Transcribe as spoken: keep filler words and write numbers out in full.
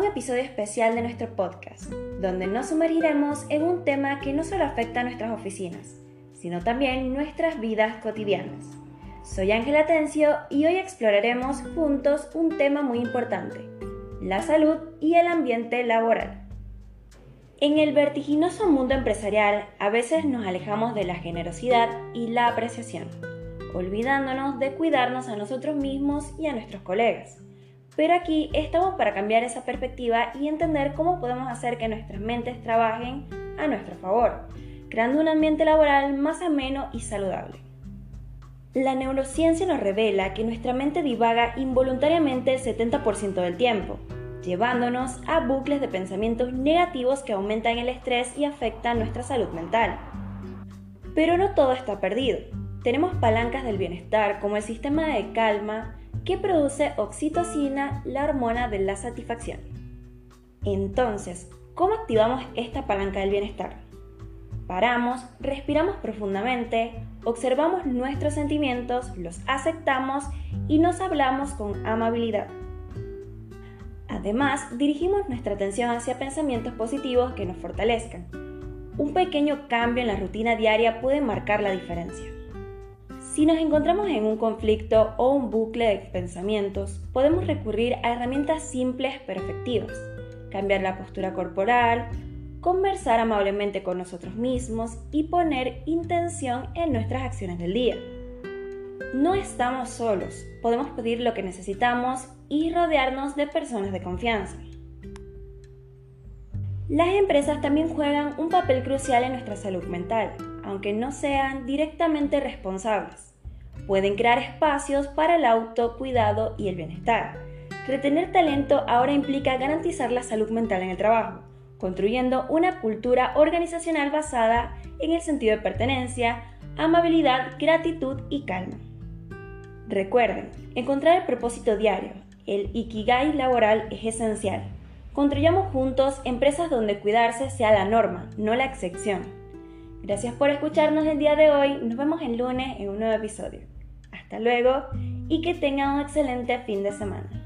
un episodio especial de nuestro podcast, donde nos sumergiremos en un tema que no solo afecta a nuestras oficinas, sino también nuestras vidas cotidianas. Soy Ángela Tencio y hoy exploraremos juntos un tema muy importante, la salud y el ambiente laboral. En el vertiginoso mundo empresarial, a veces nos alejamos de la generosidad y la apreciación, olvidándonos de cuidarnos a nosotros mismos y a nuestros colegas. Pero aquí estamos para cambiar esa perspectiva y entender cómo podemos hacer que nuestras mentes trabajen a nuestro favor, creando un ambiente laboral más ameno y saludable. La neurociencia nos revela que nuestra mente divaga involuntariamente el setenta por ciento del tiempo, llevándonos a bucles de pensamientos negativos que aumentan el estrés y afectan nuestra salud mental. Pero no todo está perdido. Tenemos palancas del bienestar como el sistema de calma que produce oxitocina, la hormona de la satisfacción. Entonces, ¿cómo activamos esta palanca del bienestar? Paramos, respiramos profundamente, observamos nuestros sentimientos, los aceptamos y nos hablamos con amabilidad. Además, dirigimos nuestra atención hacia pensamientos positivos que nos fortalezcan. Un pequeño cambio en la rutina diaria puede marcar la diferencia. Si nos encontramos en un conflicto o un bucle de pensamientos, podemos recurrir a herramientas simples pero efectivas. Cambiar la postura corporal, conversar amablemente con nosotros mismos y poner intención en nuestras acciones del día. No estamos solos, podemos pedir lo que necesitamos y rodearnos de personas de confianza. Las empresas también juegan un papel crucial en nuestra salud mental, aunque no sean directamente responsables. Pueden crear espacios para el autocuidado y el bienestar. Retener talento ahora implica garantizar la salud mental en el trabajo, construyendo una cultura organizacional basada en el sentido de pertenencia, amabilidad, gratitud y calma. Recuerden, encontrar el propósito diario, el ikigai laboral es esencial. Construyamos juntos empresas donde cuidarse sea la norma, no la excepción. Gracias por escucharnos el día de hoy, nos vemos el lunes en un nuevo episodio. Hasta luego y que tengan un excelente fin de semana.